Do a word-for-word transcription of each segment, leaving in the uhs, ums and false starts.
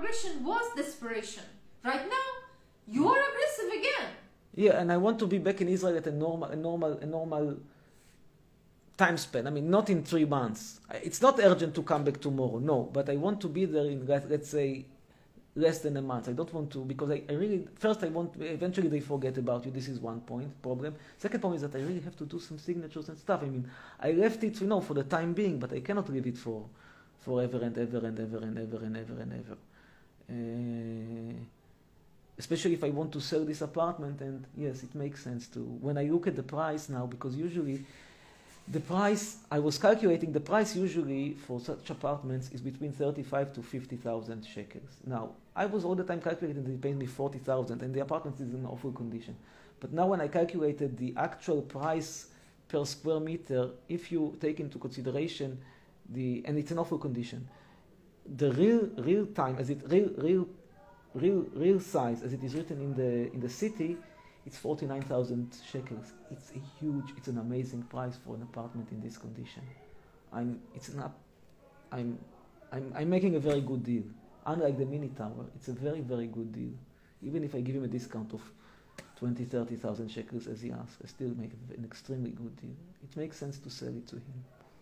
aggression was desperation. Right now, you are aggressive again. Yeah, and I want to be back in Israel at a normal, a normal, a normal time span. I mean, not in three months. It's not urgent to come back tomorrow, no. But I want to be there in, let's say, less than a month. I don't want to, because I, I really, first I want, eventually they forget about you. This is one point, problem. Second point is that I really have to do some signatures and stuff. I mean, I left it, you know, for the time being, but I cannot leave it for forever and ever and ever and ever and ever and ever. Uh, especially if I want to sell this apartment, and yes, it makes sense to, when I look at the price now, because usually the price, I was calculating, the price usually for such apartments is between thirty-five to fifty thousand shekels. Now, I was all the time calculating that they paid me forty thousand, and the apartment is in awful condition. But now when I calculated the actual price per square meter, if you take into consideration the, and it's in awful condition, the real, real time, as it, real, real, real, real size, as it is written in the, in the city, it's forty-nine thousand shekels. It's a huge, it's an amazing price for an apartment in this condition. I'm, it's not, I'm, I'm, I'm making a very good deal. Unlike the mini tower, it's a very, very good deal. Even if I give him a discount of twenty, thirty thousand shekels as he asked, I still make an extremely good deal. It makes sense to sell it to him.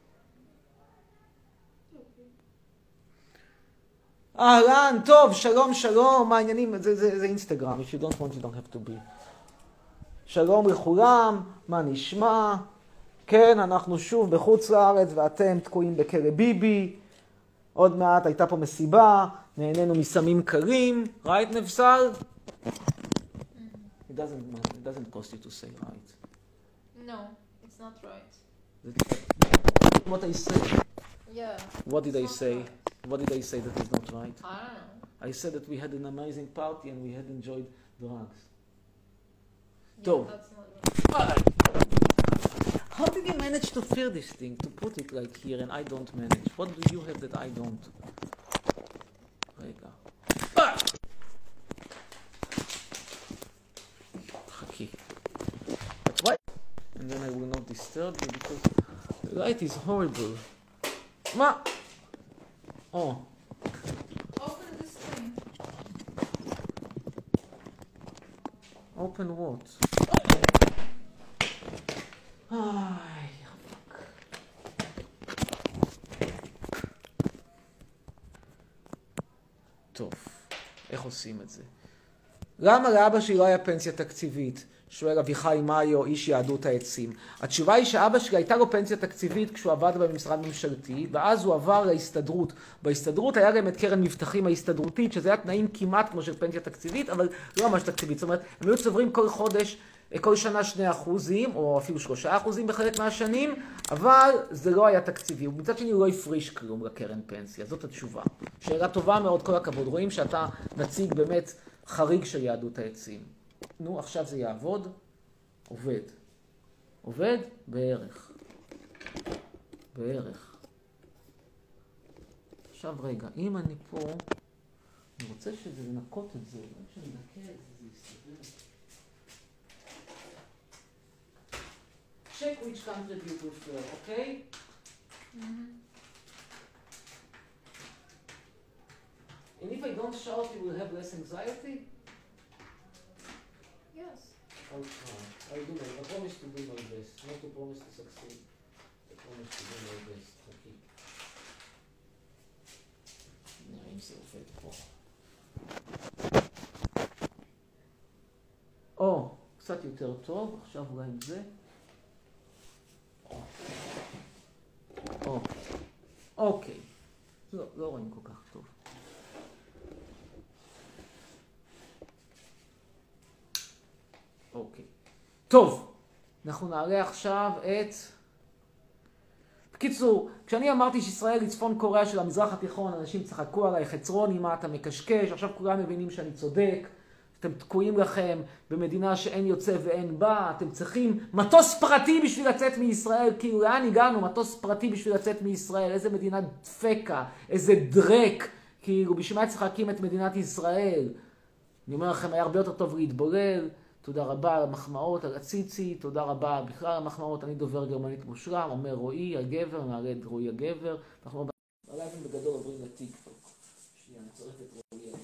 אהלן, טוב, שלום, שלום, מה העניינים? זה, זה, זה אינסטגרם. If you don't want, you don't have to be. שלום לכולם, מה נשמע? כן, אנחנו שוב בחוץ לארץ ואתם תקועים בכלא ביבי. עוד מעט הייתה פה מסיבה, נהנינו מסמים קרים. Right, נבסל? It doesn't matter. It doesn't cost you to say right. No, it's not right. What I say? Yeah. What did I not say? right. What did I say that is not right? I don't know. I said that we had an amazing party and we had enjoyed drugs. Yeah, טוב. that's not right. How did you manage to fill this thing, to put it like here and I don't manage? What do you have that I don't? רגע. חכי. But why? And then I will not disturb you because the light is horrible. מה? Oh. Open this thing. Open what? Ay, fuck. טוב, איך עושים את זה? למה לאבא שלי לא היה פנסיה תקציבית? שואל אביחי מאיו, איש יהדות העצים. התשובה היא שאבא שלי הייתה לו פנסיה תקציבית כשהוא עבד במשרד ממשלתי, ואז הוא עבר להסתדרות. בהסתדרות היה להם את קרן מבטחים ההסתדרותית, שזה היה תנאים כמעט כמו של פנסיה תקציבית, אבל לא ממש תקציבית. זאת אומרת, הם היו צוברים כל חודש, כל שנה שני אחוזים, או אפילו שלושה אחוזים בחלק מהשנים, אבל זה לא היה תקציבי. ומצד שני הוא לא הפריש כלום לקרן פנסיה. זאת התשובה. שאלה טובה מאוד, כל הכבוד. רואים שאתה נציג באמת חריג של יהדות העצים. נו, עכשיו זה יעבוד. עובד. עובד? בערך. בערך. עכשיו רגע, אם אני פה, אני רוצה שזה לנקות את זה. רק שאני נקה את זה, זה יסתדר. Check which country you prefer, okay? Mm-hmm. And if I don't shout, you will have less anxiety? Yes. I'll try. I'll do my, I promise to do my best. Not to promise to succeed. I promise to do my best. Okay. נראה אם זה עובד פה. או, קצת יותר טוב. עכשיו אולי עם זה. או. אוקיי. לא, לא רואים כל כך טוב. אוקיי. טוב, אנחנו נעלה עכשיו את... בקיצור, כשאני אמרתי שישראל היא צפון קוריאה של המזרח התיכון, אנשים צחקו עליי, חצרוני, מה אתה מקשקש, עכשיו כולם מבינים שאני צודק, אתם תקועים לכם במדינה שאין יוצא ואין בא, אתם צריכים מטוס פרטי בשביל לצאת מישראל, כאילו לאן הגענו? מטוס פרטי בשביל לצאת מישראל, איזה מדינה דפקה, איזה דרק, כאילו בשביל מה צחקים את מדינת ישראל? אני אומר לכם, היה הרבה יותר טוב להתבולל, תודה רבה על המחמאות, על הציצי, תודה רבה בכלל על המחמאות, אני דובר גרמנית מושלם, אומר רועי הגבר, נעלה את רועי הגבר, אנחנו עליי בגדול עוברים לטיק טוק. שנייה, אני צריך את רועי הגבר.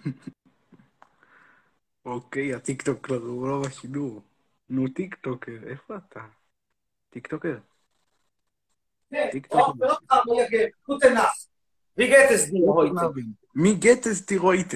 אוקיי, הטיקטוקר הוא לא בשידור. נו, טיקטוקר, איפה אתה? טיקטוקר? טיקטוקר. Gute Nacht. Wie geht es dir heute? מי גטס תירואיטה?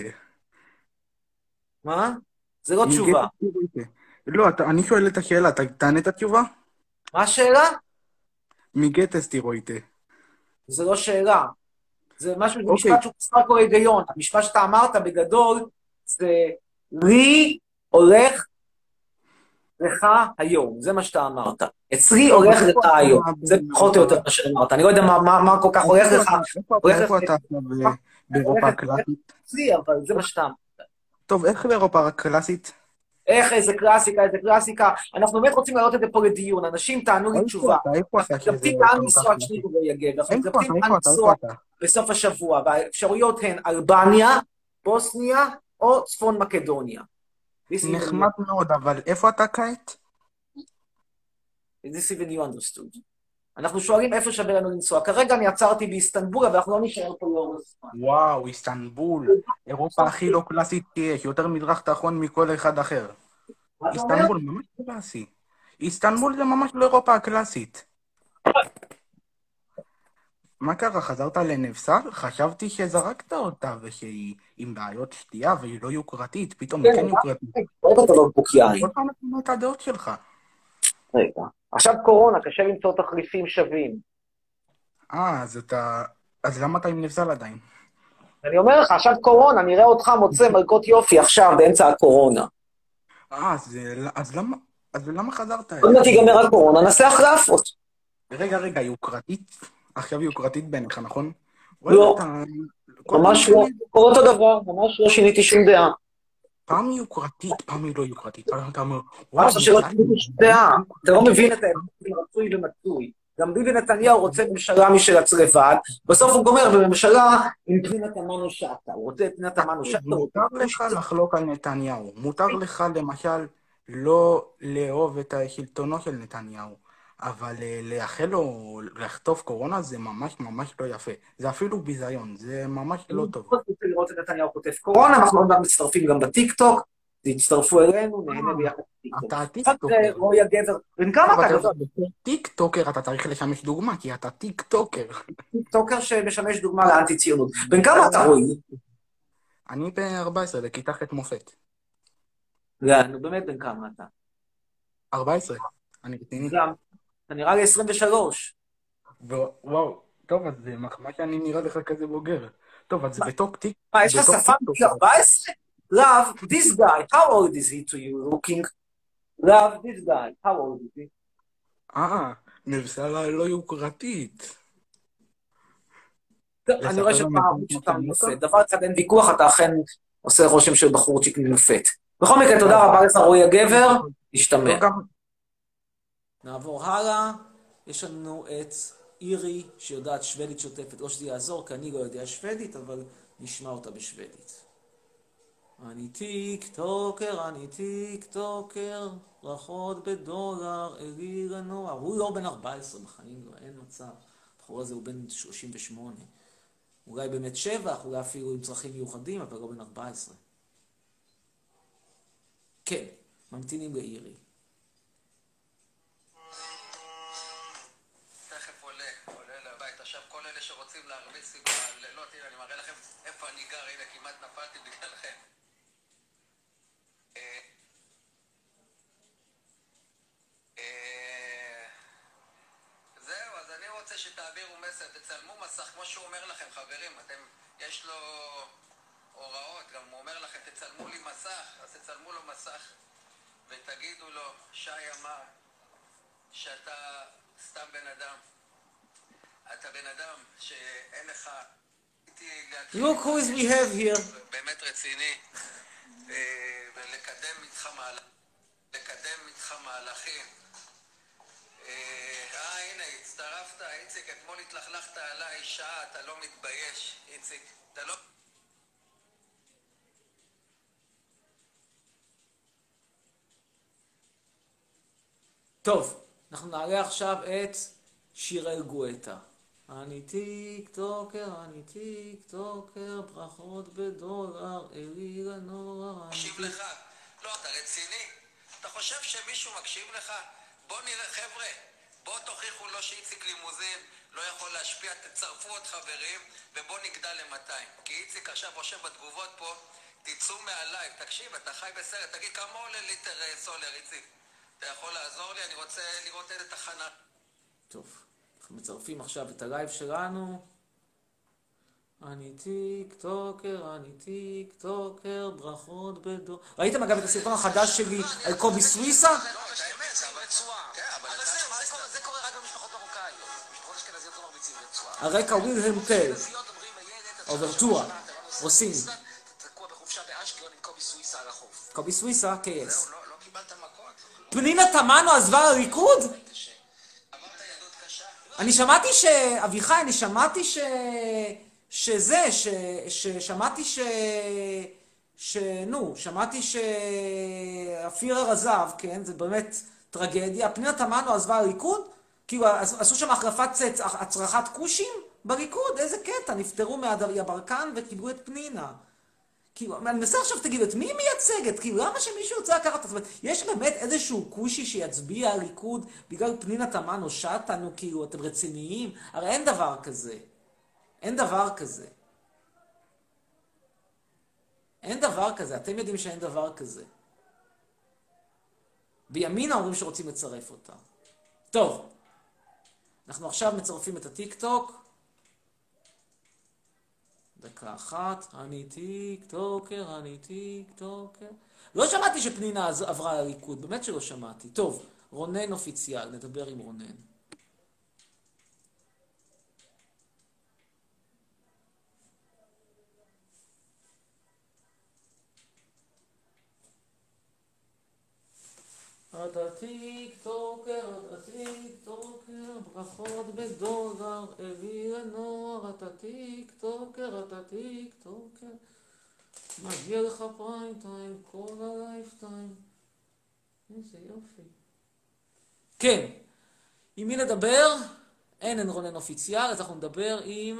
מה? זה לא מי תשובה. גטס תירואיטה? לא, אתה- אני שואל את השאלה, אתה תענה את התשובה? מה השאלה? מי גטס תירואיטה? זה לא שאלה. זה משהו, זה אוקיי. משפט שהוא חסר כל היגיון. המשפט שאתה אמרת בגדול, זה לי הולך לך היום. זה מה שאתה אמרת. אצלי הולך איפה לך אתה היום. ב- זה פחות או יותר מה שאמרת. אני לא יודע מה- מה מה כל כך הולך איפה לך. אתה- איפה אתה- הולך איפה לך- אתה עכשיו ב- באירופה הקלאסית? אצלי, אבל זה מה שאתה אמרת. טוב, איך באירופה הקלאסית? איך, איזה קלאסיקה, איזה קלאסיקה. אנחנו באמת רוצים להעלות את זה פה לדיון. אנשים טענו לי איפה תשובה. אתה? איפה אתה? אנחנו שזה מתלבטים כל לאן כך לנסוע את קלאסי? שני גורי יגב. אנחנו איפה אתה? מתלבטים לאן איפה אתה? לנסוע איפה אתה? בסוף השבוע. והאפשרויות הן אלבניה, בוסניה או צפון מקדוניה. This even נחמד מאוד, אבל איפה אתה כעת? you- This even you understood. אנחנו שואלים איפה שווה לנו לנסוע. כרגע אני עצרתי באיסטנבול, אבל אנחנו לא נשאר פה לאורך זמן. וואו, איסטנבול. אירופה הכי לא קלאסית שיש, יותר מזרח תיכון מכל אחד אחר. מה אתה אומר? איסטנבול ממש קלאסי. איסטנבול זה ממש לא אירופה הקלאסית. מה קרה? חזרת לנבסל? חשבתי שזרקת אותה ושהיא עם בעיות שתייה והיא לא יוקרתית, פתאום היא כן יוקרתית. רגע, אתה לא בקבוק יין. כל פעם אתה אומר את הדעות שלך. רגע. עכשיו קורונה, קשה למצוא תחליפים שווים. אה, אז אתה... אז למה אתה עם נבסל עדיין? אני אומר לך, עכשיו קורונה, נראה אותך מוצא מלכות יופי עכשיו, באמצע הקורונה. אה, אז, אז למה... אז למה חזרת? עוד מעט ייגמר הקורונה, נעשה החלפות. רגע, רגע, יוקרתית? עכשיו יוקרתית בעיניך, נכון? לא. אתה... כל ממש פעם לא, אני- כל אותו דבר, ממש לא שיניתי שום דעה. פעם היא יוקרתית, פעם היא לא יוקרתית. פעם אתה אומר, מה וואו, עכשיו שלא נבסל- שיניתי שום דעה? אתה לא מבין את ההבדל בין רצוי ומצוי. גם ביבי נתניהו רוצה ממשלה משל לבד, בסוף הוא גומר בממשלה עם פנינה תמנו שטה. הוא רוצה את פנינה תמנו שטה. הוא רוצה- מותר לך לחלוק על נתניהו. מותר לך, למשל, לא לאהוב את השלטונו של נתניהו. אבל אה, לאחל לו לחטוף קורונה זה ממש ממש לא יפה. זה אפילו ביזיון, זה ממש לא טוב. אני רוצה לראות את נתניהו חוטף קורונה, אנחנו עוד מעט מצטרפים גם בטיקטוק, תצטרפו אלינו, נהנה ביחד בטיקטוק. אתה רק טיקטוקר. רועי הגבר, בן כמה אבל אתה אתה גבר? יודע, בתור טיקטוקר אתה צריך לשמש דוגמה, כי אתה טיקטוקר. טיקטוקר שמשמש דוגמה לאנטי ציונות. בן כמה אתה רועי? אני ב-ארבע עשרה, בכיתה ח' מופת. לא, נו באמת בן כמה אתה? ארבע עשרה, אני רציני. גם, אתה נראה לי עשרים ושלוש. וואו, טוב, אז זה מחמאה שאני נראה לך כזה בוגר. טוב, אז בתור טיק... מה, יש לך בתור שפה טיקטוקר. מגיל ארבע עשרה? Love, this guy, how old is he to you looking? Love, this guy, how old is he? אה, נבסלה לא יוקרתית. אני רואה לספר שפעם לנו שאתה מה מנופת. שאתה? דבר אחד אין ויכוח, אתה אכן עושה רושם של בחורצ'יק מנופת. בכל מקרה, תודה רבה לך רועי הגבר, נשתמע. לא גם... נעבור הלאה, יש לנו את אירי שיודעת שוודית שוטפת, לא שזה יעזור, כי אני לא יודע שוודית, אבל נשמע אותה בשוודית. אני טיק טוקר, אני טיק טוקר, ברכות בדולר, אלי לנוער. הוא לא בן ארבע עשרה בחיים, לא, אין מצב. הבחור הזה הוא בן שלושים ושמונה. אולי באמת שבח, אולי אפילו עם צרכים מיוחדים, אבל לא בן ארבע עשרה. כן, ממתינים לאירי. תכף עולה, עולה לבית. עכשיו כל אלה שרוצים להרביץ לי בלילות, הנה אני מראה לכם איפה אני גר, הנה כמעט נפלתי בגללכם. אה, אה, זהו, אז אני רוצה שתעבירו מסר, תצלמו מסך, כמו שהוא אומר לכם, חברים, אתם, יש לו הוראות, גם הוא אומר לכם, תצלמו לי מסך, אז תצלמו לו מסך ותגידו לו, שי אמר שאתה סתם בן אדם. אתה בן אדם שאין לך... Look who is we have here. באמת רציני, אה, ולקדם איתך מהלך, לקדם איתך מהלכים. אה, אה, הנה, הצטרפת, איציק, אתמול התלכלכת עליי שעה, אתה לא מתבייש, איציק, אתה לא... טוב, אנחנו נעלה עכשיו את שיראל גואטה. אני טיק טוקר, אני טיק טוקר, ברכות בדולר, אלי לנוער, מקשיב לך. לא, אתה רציני? אתה חושב שמישהו מקשיב לך? בוא נראה, חבר'ה, בוא תוכיחו לו שאיציק לימוזין לא יכול להשפיע, תצרפו עוד חברים, ובוא נגדל ל-מאתיים. כי איציק עכשיו רושם בתגובות פה, תצאו מהלייב, תקשיב, אתה חי בסרט, תגיד כמה עולה ליטר אה, סולר, איציק? אתה יכול לעזור לי? אני רוצה לראות איזה תחנה. טוב, אנחנו מצרפים עכשיו את הלייב שלנו. אני טיק טוקר, אני טיק טוקר, ברכות בדור... ראיתם אגב את הסרטון החדש שלי על קובי סוויסה? לא, את האמת, אבל זה קורה רק במשפחות מרוקאיות. משפחות אשכנזיות לא מרביצים רצועה. הרקע וילהלם טל, אוברטורה, רוסין. תקוע בחופשה באשקלון עם קובי סוויסה על החוף. קובי סוויסה, קייס. זהו, לא קיבלת מכות. פנינה תמנו עזבה לליכוד? עברת ילדות קשה. אני שמעתי ש... אביחי, אני שמעתי ש... שזה, ש... ששמעתי ש... ש... נו, שמעתי שהפירר עזב, כן? זה באמת טרגדיה. פנינה תמנו עזבה לליכוד? כאילו, עשו שם החלפת הצרכת כושים בליכוד? איזה קטע, נפטרו מהיברקן וקיבלו את פנינה. כאילו, אני מנסה עכשיו, תגיד, את מי היא מייצגת? כאילו, למה שמישהו יוצא לקחת? זאת אומרת, יש באמת איזשהו כושי שיצביע על ליכוד בגלל פנינה תמנו שטנו, כאילו, אתם רציניים? הרי אין דבר כזה. אין דבר כזה. אין דבר כזה, אתם יודעים שאין דבר כזה. בימינה אומרים שרוצים לצרף אותה. טוב, אנחנו עכשיו מצרפים את הטיק טוק. דקה אחת, אני טיק טוקר, אני טיק טוקר. לא שמעתי שפנינה עברה לליכוד, באמת שלא שמעתי. טוב, רונן אופיציאל, נדבר עם רונן. אתה טיק טוקר, אתה טיק טוקר, ברכות בדולר, הביא לנוער, אתה טיק טוקר, אתה טיק טוקר, מגיע לך פריים טיים, כל הלייף טיים. איזה יופי. כן, עם מי נדבר? אין אין רונן אופיציאל, אז אנחנו נדבר עם...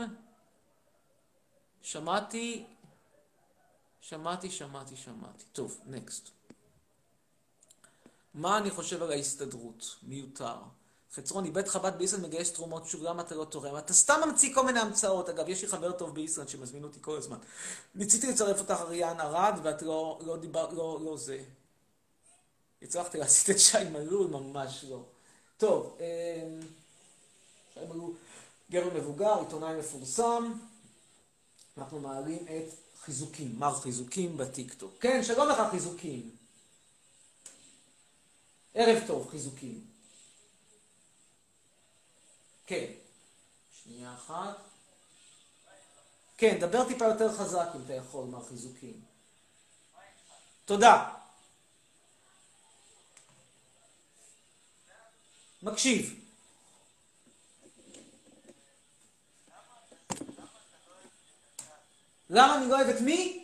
שמעתי, שמעתי, שמעתי, שמעתי. טוב, נקסט. מה אני חושב על ההסתדרות? מיותר. חצרוני, בית חב"ד בישראל מגייס תרומות, שוב, למה אתה לא תורם? אתה סתם ממציא כל מיני המצאות. אגב, יש לי חבר טוב בישראל שמזמין אותי כל הזמן. ניסיתי לצרף אותך אריאן ארד, ואת לא, לא דיבר, לא, לא זה. הצלחתי להסיט את שי מלול, ממש לא. טוב, שי מלול, גבר מבוגר, עיתונאי מפורסם. אנחנו מעלים את חיזוקים, מר חיזוקים בטיקטוק. כן, שלום לך חיזוקים. ערב טוב, חיזוקים. כן. שנייה אחת. כן, דבר טיפה יותר חזק אם אתה יכול מהחיזוקים. תודה. מקשיב. למה אני לא אוהב את מי?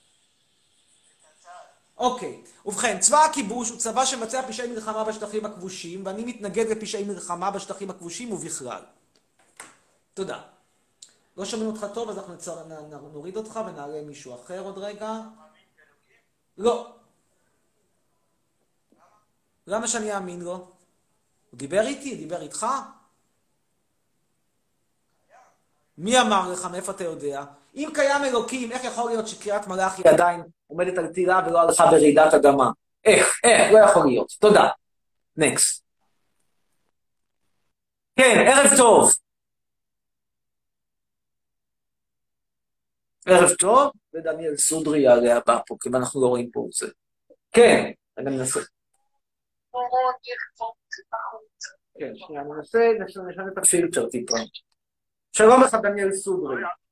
אוקיי, ובכן, צבא הכיבוש הוא צבא שמבצע פשעי מלחמה בשטחים הכבושים, ואני מתנגד לפשעי מלחמה בשטחים הכבושים ובכלל. תודה. לא שומעים אותך טוב, אז אנחנו נצר... נוריד אותך ונעלה מישהו אחר עוד רגע. לא. למה שאני אאמין לו? הוא דיבר איתי? דיבר איתך? מי אמר לך? מאיפה אתה יודע? אם קיים אלוקים, איך יכול להיות שקריאת מלאכי עדיין עומדת על טילה ולא הלכה ברעידת אדמה? איך? איך? לא יכול להיות. תודה. נקסט. כן, ערב טוב. ערב טוב, ודניאל סודרי יעלה הבא פה, כי אנחנו לא רואים פה את זה. כן, אני מנסה. כן, שנייה, אני מנסה, נשנה את הפילטר טיפה. שלום לך, דניאל סודרי.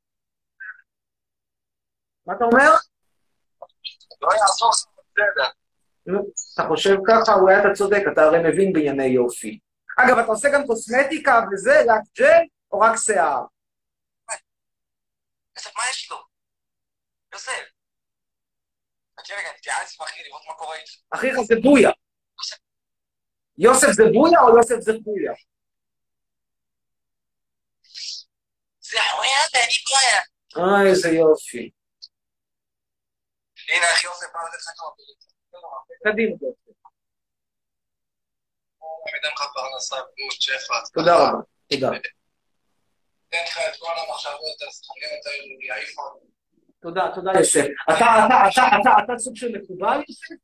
מה אתה אומר? לא יעזור, בסדר. אתה חושב ככה, אולי אתה צודק, אתה הרי מבין בענייני יופי. אגב, אתה עושה גם קוסמטיקה וזה, רק ג'ל או רק שיער? יוסף, מה יש לו? יוסף. חכה רגע, נתייעץ עם אחי, לראות מה קורה איתו. אחיך זה בויה. יוסף זה בויה או יוסף זה בויה? זה, אין בעיה. אוי, איזה יופי. הנה, איך יוסף בא לתת לך כמה פריטים. קדימה. אני אתן לך פרנסה, בריאות, שפע. תודה רבה. תודה. תן לך את כל המחשבות, הסכמיות האלו, האיפון. תודה, תודה יוסף. אתה, אתה, אתה, אתה, אתה סוג של מקובל, יוסף?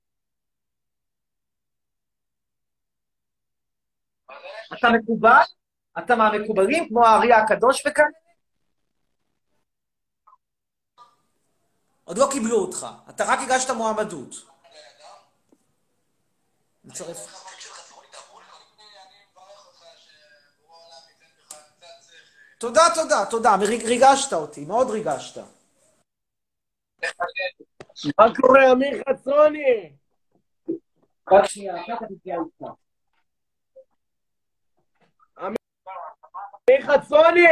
אתה מקובל? אתה מהמקובלים כמו האריה הקדוש וכאן? עוד לא קיבלו אותך, אתה רק הגשת מועמדות. נצרף. תודה, תודה, תודה, ריגשת אותי, מאוד ריגשת. מה קורה, אמיר חצרוני? רק שנייה, ככה תתהיה איתך. אמיר חצרוני!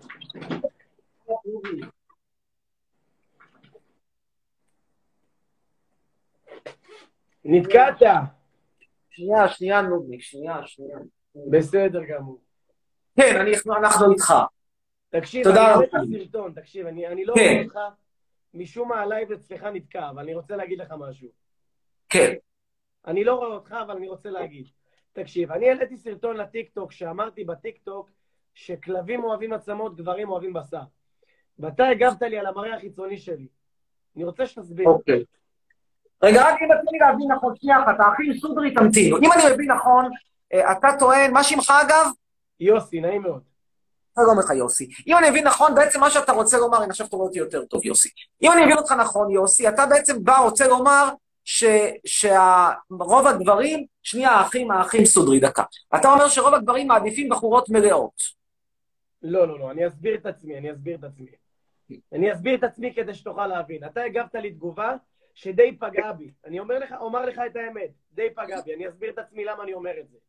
נתקעת. שנייה, שנייה, נודניק, שנייה, שנייה. בסדר גמור. כן, אני, אנחנו איתך. תקשיב, תודה אני רבה. רואה את הסרטון, תקשיב, אני, אני לא כן. רואה אותך, משום מה הלייב אצלך נתקע, אבל אני רוצה להגיד לך משהו. כן. אני לא רואה אותך, אבל אני רוצה להגיד. תקשיב, אני העליתי סרטון לטיקטוק, שאמרתי בטיקטוק, שכלבים אוהבים עצמות, גברים אוהבים בשר. ואתה הגבת לי על המראה החיצוני שלי. אני רוצה שתסביר. אוקיי. רגע, רק אם תתני להבין נכון, שנייה אחת, האחים סודרי תמתינו. אם אני מבין נכון, אתה טוען, מה שמך אגב? יוסי, נעים מאוד. אני לא אומר לך יוסי. אם אני מבין נכון, בעצם מה שאתה רוצה לומר, אני עכשיו תורא אותי יותר טוב, יוסי. אם אני מבין אותך נכון, יוסי, אתה בעצם בא, רוצה לומר שרוב הדברים, שנייה, האחים, האחים סודרי, דקה. אתה אומר שרוב הדברים מעדיפים בחורות מלאות. לא, לא, לא, אני אסביר את עצמי, אני אסביר את עצמי. אני אסביר את עצמי כדי שתוכל להבין. אתה הגבת לי תגובה שדי פגעה בי. אני אומר לך, אומר לך את האמת, די פגעה בי. אני אסביר את עצמי למה אני אומר את זה.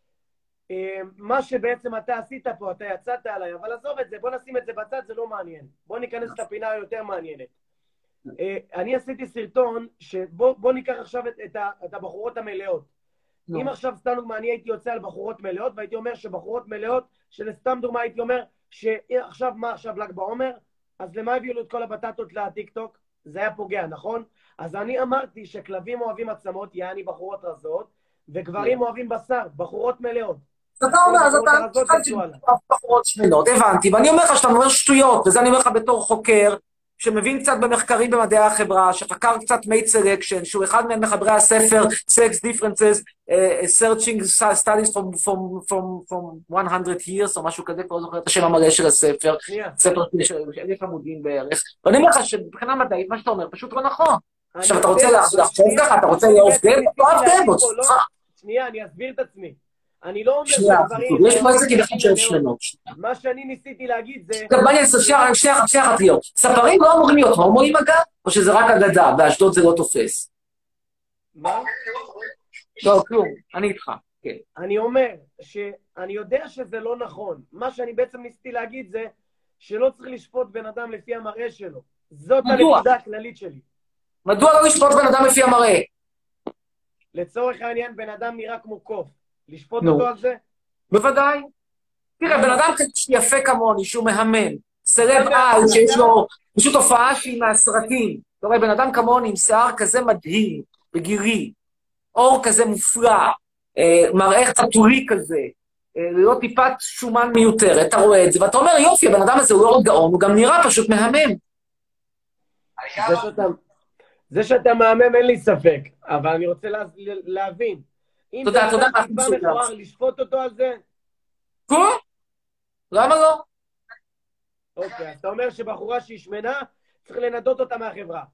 מה שבעצם אתה עשית פה, אתה יצאת עליי, אבל עזוב את זה, בוא נשים את זה בצד, זה לא מעניין. בוא ניכנס לפינה היותר מעניינת. אני עשיתי סרטון, שבוא ניקח עכשיו את, את, את הבחורות המלאות. No. אם עכשיו סתם דוגמה, אני הייתי יוצא על בחורות מלאות, והייתי אומר שבחורות מלאות, שלסתם דוגמה הייתי אומר, שעכשיו מה עכשיו ל"ג בעומר, אז למה הביאו לו את כל הבטטות לטיקטוק? זה היה פוגע, נכון? אז אני אמרתי שכלבים אוהבים עצמות, יעני בחורות רזות, וגברים no. אוהבים בשר, בחורות מלאות. אז אתה אומר, אז אתה בחורות שמנות, הבנתי, ואני אומר לך שאתה אומר שטויות, וזה אני אומר לך בתור חוקר, שמבין קצת במחקרים במדעי החברה, שחקר קצת mate selection, שהוא אחד ממחברי הספר Sex Differences, uh, Searching Studies from, from, from, from one hundred years, או משהו כזה, כבר זוכר את השם המלא של הספר, yeah. ספר של אלף עמודים בערך, ואני אומר לך שבבחינה מדעית, מה שאתה אומר, פשוט לא נכון. עכשיו, אתה רוצה לחשוב ככה, אתה רוצה לאהוב דבות, לא אהב דבות, סליחה. שנייה, אני אסביר את עצמי. אני לא אומר שדברים... יש פה איזה כדחים של שלמות. מה שאני ניסיתי להגיד זה... טוב, מעניין, שנייה אחת להיות. ספרים לא אמורים להיות הומואים אגב? או שזה רק אגדה, באשדוד זה לא תופס? מה? לא, כלום, אני איתך, כן. אני אומר שאני יודע שזה לא נכון. מה שאני בעצם ניסיתי להגיד זה שלא צריך לשפוט בן אדם לפי המראה שלו. זאת הנקודה הכללית שלי. מדוע לא לשפוט בן אדם לפי המראה? לצורך העניין, בן אדם נראה כמו קוף. לשפוט אותו על זה? בוודאי. תראה, בן אדם יפה כמוני, שהוא מהמם, סלב על, שיש לו פשוט הופעה שהיא מהסרטים. אתה רואה, בן אדם כמוני עם שיער כזה מדהים, בגירי, אור כזה מופלא, מראה חתולי כזה, ללא טיפת שומן מיותרת, אתה רואה את זה, ואתה אומר, יופי, הבן אדם הזה הוא לא עוד גאון, הוא גם נראה פשוט מהמם. זה שאתה מהמם אין לי ספק, אבל אני רוצה להבין. תודה, תודה. אם אתה מכוער לשפוט אותו על זה? כן? למה לא? אוקיי, אז אתה אומר שבחורה שהיא שמנה, צריך לנדות אותה מהחברה.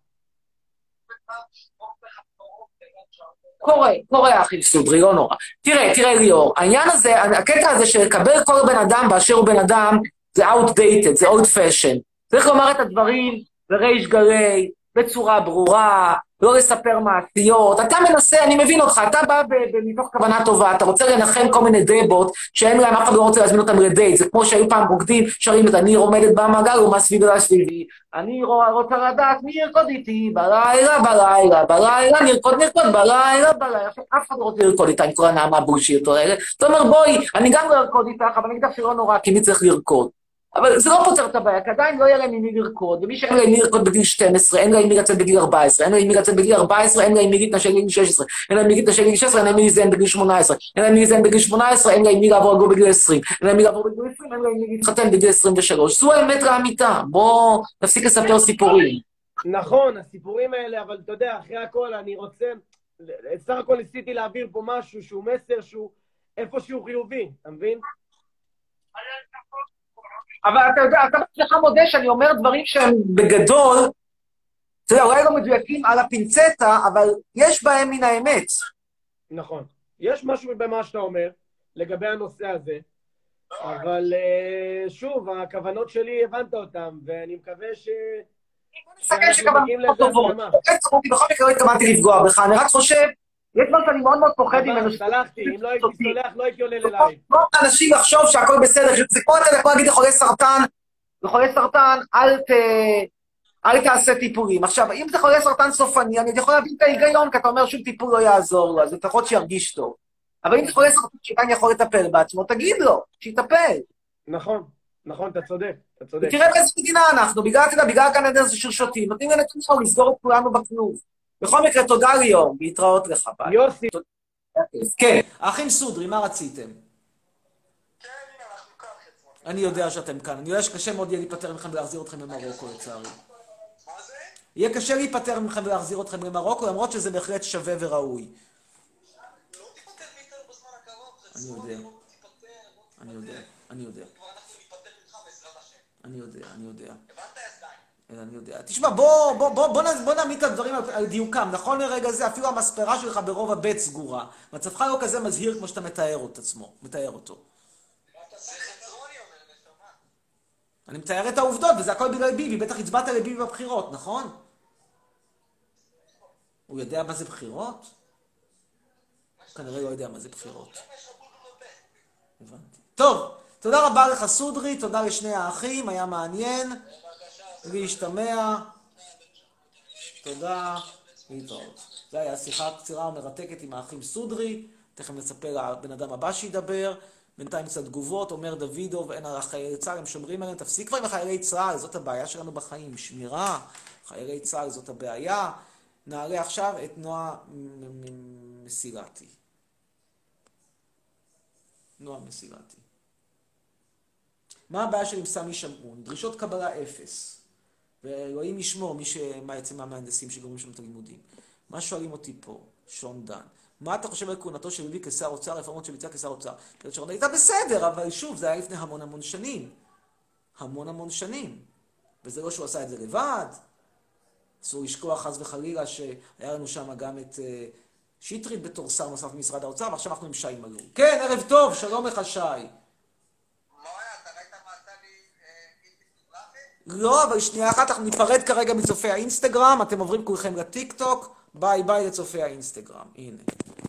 קורה, קורה אחי סודרי, לא נורא. תראה, תראה ליאור, העניין הזה, הקטע הזה שלקבל כל בן אדם באשר הוא בן אדם, זה outdated, זה old fashion. צריך לומר את הדברים בריש גלי, בצורה ברורה, לא לספר מעשיות, אתה מנסה, אני מבין אותך, אתה בא מתוך כוונה טובה, אתה רוצה לנחם כל מיני דבות, שאין להם, אף אחד לא רוצה להזמין אותם לדייט, זה כמו שהיו פעם רוקדים, שרים את אני עומדת במעגל ומה סביבי לא סביבי, אני רוצה לדעת מי ירקוד איתי, בלילה, בלילה, בלילה, נרקוד, נרקוד, בלילה, בלילה, אף אחד לא רוצה לרקוד איתה עם כל הנעמה בולשיט האלה, אתה אומר בואי, אני גם לא ארקוד איתך, אבל אני אגיד לך שלא נורא, כי מי צריך לרקוד, אבל זה לא פותר את הבעיה, כי עדיין לא יהיה להם עם מי לרקוד, ומי שאין לה עם מי לרקוד בגיל שתים עשרה, אין לה עם מי לצאת בגיל ארבע עשרה, אין לה עם מי לצאת בגיל ארבע עשרה, אין לה עם מי להתנשל בגיל שש עשרה, אין לה עם מי להתנשל בגיל שש עשרה, אין לה עם מי להיזיין בגיל שמונה עשרה, אין לה עם מי להיזיין בגיל שמונה עשרה, אין לה עם מי לעבור לגור בגיל עשרים, אין לה עם מי לעבור בגיל עשרים, אין לה עם מי להתחתן בגיל עשרים ושלוש. זו האמת לאמיתה, בוא נפסיק לספר סיפורים. נכון, הסיפורים האלה, אבל אתה יודע, אחרי הכל אני רוצה, סך הכל ניסיתי להעביר פה משהו שהוא מסר שהוא איפשהו חיובי, אתה מבין? אבל אתה יודע, אתה בעצמך מודה שאני אומר דברים שהם בגדול, אתה יודע, אולי לא מדויקים על הפינצטה, אבל יש בהם מן האמת. נכון. יש משהו במה שאתה אומר, לגבי הנושא הזה, אבל שוב, הכוונות שלי הבנת אותן, ואני מקווה ש... נסתכל שכוונות טובות. בכל מקרה לא התכוונתי לפגוע בך, אני רק חושב, יש דבר שאני מאוד מאוד פוחד ממנו. סלחתי, אם לא הייתי סולח, לא הייתי עולה ללייב. אנשים לחשוב שהכל בסדר, זה כמו אתה יכול להגיד לחולי סרטן, לחולי סרטן, אל תעשה טיפולים. עכשיו, אם זה חולי סרטן סופני, אני יכול להבין את ההיגיון, כי אתה אומר שום טיפול לא יעזור לו, אז לפחות שירגיש טוב. אבל אם זה חולי סרטן שכאן יכול לטפל בעצמו, תגיד לו, שיטפל. נכון, נכון, אתה צודק, אתה צודק. ותראה באיזה מדינה אנחנו, בגלל, אתה יודע, בגלל כאן איזה שרשוטים, נותנים לנתניהו לסגור את כולנו בכנוב. בכל מקרה, תודה ליאור, להתראות לך. יוסי. כן. האחים סודרי, מה רציתם? אני יודע שאתם כאן. אני יודע שקשה מאוד יהיה להיפטר מכם ולהחזיר אתכם למרוקו, לצערי. מה זה? יהיה קשה להיפטר מכם ולהחזיר אתכם למרוקו, למרות שזה בהחלט שווה וראוי. לא תיפטר מאיתנו בזמן הקרוב. אני יודע. אני יודע. אני יודע. כבר אנחנו ניפטר איתך בעזרת השם. אני יודע, אני יודע. הבנת יסדיים? אני יודע. תשמע, בוא, בוא, בוא, בוא, בוא נעמיד את הדברים על, על דיוקם. נכון לרגע זה, אפילו המספרה שלך ברוב הבית סגורה. מצבך לא כזה מזהיר כמו שאתה מתאר את עצמו, מתאר אותו. אני מתאר את העובדות, וזה הכל בגלל ביבי. בטח הצבעת לביבי בבחירות, נכון? הוא יודע מה זה בחירות? כנראה לא יודע מה זה בחירות. הבנתי. טוב, תודה רבה לך סודרי, תודה לשני האחים, היה מעניין. להשתמע. תודה. להתראות. זו הייתה שיחה קצירה ומרתקת עם האחים סודרי. תכף נספר לבן אדם הבא שידבר. בינתיים קצת תגובות, אומר דוידו, ואין על חיילי צה"ל, הם שומרים עליהם. תפסיק כבר עם החיילי צה"ל, זאת הבעיה שלנו בחיים. שמירה, חיילי צה"ל זאת הבעיה. נעלה עכשיו את נועה מסילתי. נועה מסילתי. מה הבעיה שלי עם סמי שמעון? דרישות קבלה אפס. ואלוהים ישמור מי שמה יצא מהמהנדסים שגורמים שם את הלימודים. מה שואלים אותי פה? שון דן. מה אתה חושב על כהונתו של ביבי כשר אוצר, רפורמות שביצע כשר אוצר? שרון הייתה בסדר, אבל שוב, זה היה לפני המון המון שנים. המון המון שנים. וזה לא שהוא עשה את זה לבד. אסור לשכוח חס וחלילה שהיה לנו שם גם את uh, שטרית בתור שר נוסף במשרד האוצר, ועכשיו אנחנו עם שי מלול. כן, ערב טוב, שלום לך שי. לא, אבל שנייה אחת, אנחנו ניפרד כרגע מצופי האינסטגרם, אתם עוברים כולכם לטיק טוק, ביי ביי לצופי האינסטגרם, הנה.